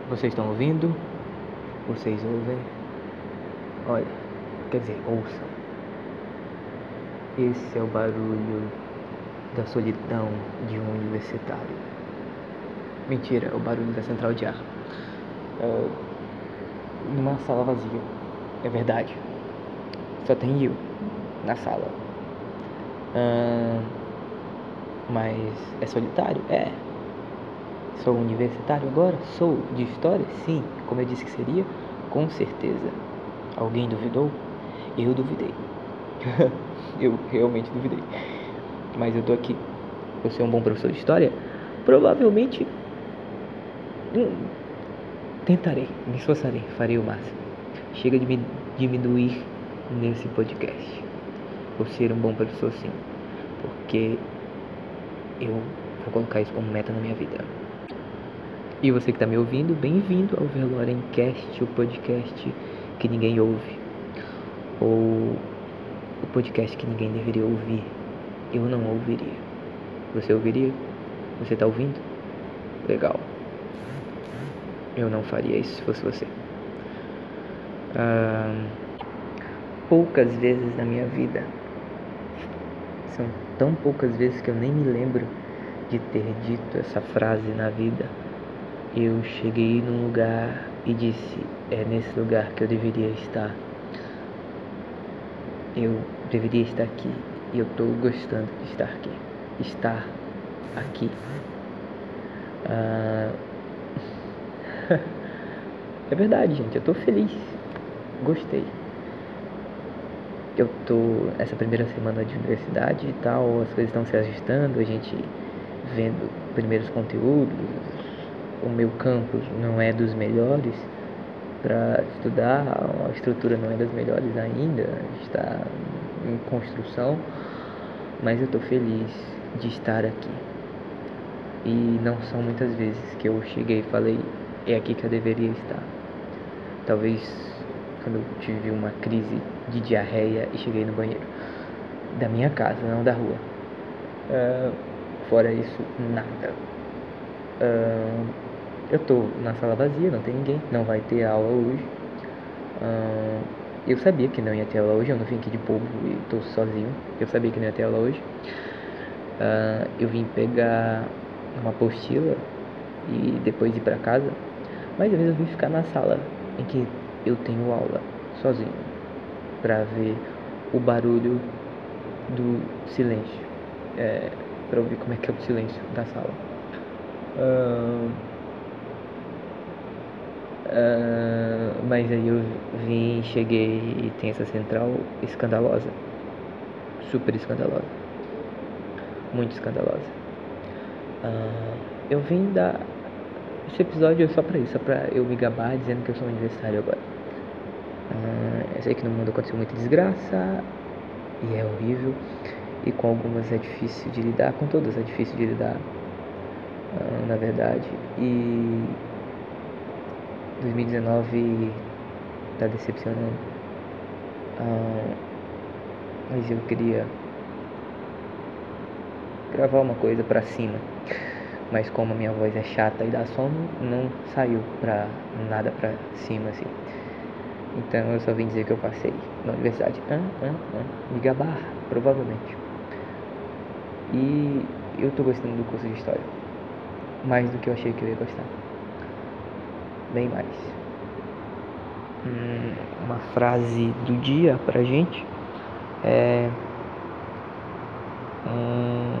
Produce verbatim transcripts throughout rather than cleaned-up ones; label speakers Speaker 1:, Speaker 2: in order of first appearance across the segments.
Speaker 1: Vocês estão ouvindo? Vocês ouvem? Olha, quer dizer, ouçam. Esse é o barulho da solidão de um universitário. Mentira, é o barulho da central de ar. Uh, numa sala vazia. É verdade. Só tem eu na sala. Uh, mas é solitário? É. Sou universitário agora? Sou. De história? Sim. Como eu disse que seria? Com certeza. Alguém duvidou? Eu duvidei. Eu realmente duvidei. Mas eu tô aqui. Eu sou um bom professor de história? Provavelmente. Hum, tentarei, me esforçarei, farei o máximo. Chega de me diminuir nesse podcast. Vou ser um bom professor, sim. Porque eu vou colocar isso como meta na minha vida. E você que tá me ouvindo, bem-vindo ao Verlorencast, o podcast que ninguém ouve. Ou o podcast que ninguém deveria ouvir. Eu não ouviria. Você ouviria? Você tá ouvindo? Legal. Eu não faria isso se fosse você. Ah, poucas vezes na minha vida, são tão poucas vezes que eu nem me lembro de ter dito essa frase na vida. Eu cheguei num lugar e disse: é nesse lugar que eu deveria estar. Eu deveria estar aqui e eu tô gostando de estar aqui. Estar aqui. Ah, é verdade, gente. Eu tô feliz. Gostei. Eu tô essa primeira semana de universidade e tal, as coisas estão se ajustando, a gente vendo primeiros conteúdos. O meu campus não é dos melhores para estudar, a estrutura não é das melhores ainda, está em construção, mas eu tô feliz de estar aqui. E não são muitas vezes que eu cheguei e falei: é aqui que eu deveria estar. Talvez quando eu tive uma crise de diarreia e cheguei no banheiro da minha casa, não da rua. Uh, fora isso, nada. Uh, eu tô na sala vazia, não tem ninguém, não vai ter aula hoje. Uh, eu sabia que não ia ter aula hoje, eu não vim aqui de bobo e tô sozinho. Eu sabia que não ia ter aula hoje. Uh, eu vim pegar uma apostila e depois ir pra casa, mas eu resolvi ficar na sala em que eu tenho aula sozinho, pra ver o barulho do silêncio, é, pra ouvir como é que é o silêncio da sala. Uh, uh, mas aí eu vim, cheguei e tem essa central escandalosa, super escandalosa, muito escandalosa. Uh, eu vim dar esse episódio é só pra isso, só pra eu me gabar dizendo que eu sou um universitário agora. Uh, eu sei que no mundo aconteceu muita desgraça e é horrível, e com algumas é difícil de lidar, com todas é difícil de lidar, uh, na verdade. E dois mil e dezenove tá decepcionando, uh, mas eu queria gravar uma coisa pra cima, mas como a minha voz é chata e dá sono, não saiu pra nada pra cima assim. Então eu só vim dizer que eu passei na universidade. Ah, ah, ah, me gabar, provavelmente. E eu tô gostando do curso de História. Mais do que eu achei que eu ia gostar. Bem mais. Hum, uma frase do dia pra gente é... Hum,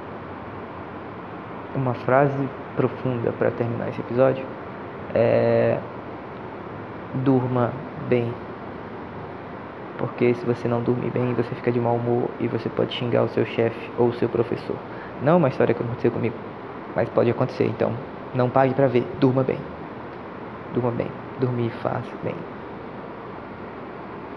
Speaker 1: uma frase profunda pra terminar esse episódio é... Durma bem. Porque se você não dormir bem, você fica de mau humor e você pode xingar o seu chefe ou o seu professor. Não é uma história que aconteceu comigo, mas pode acontecer. Então, não pague pra ver. Durma bem. Durma bem. Dormir faz bem.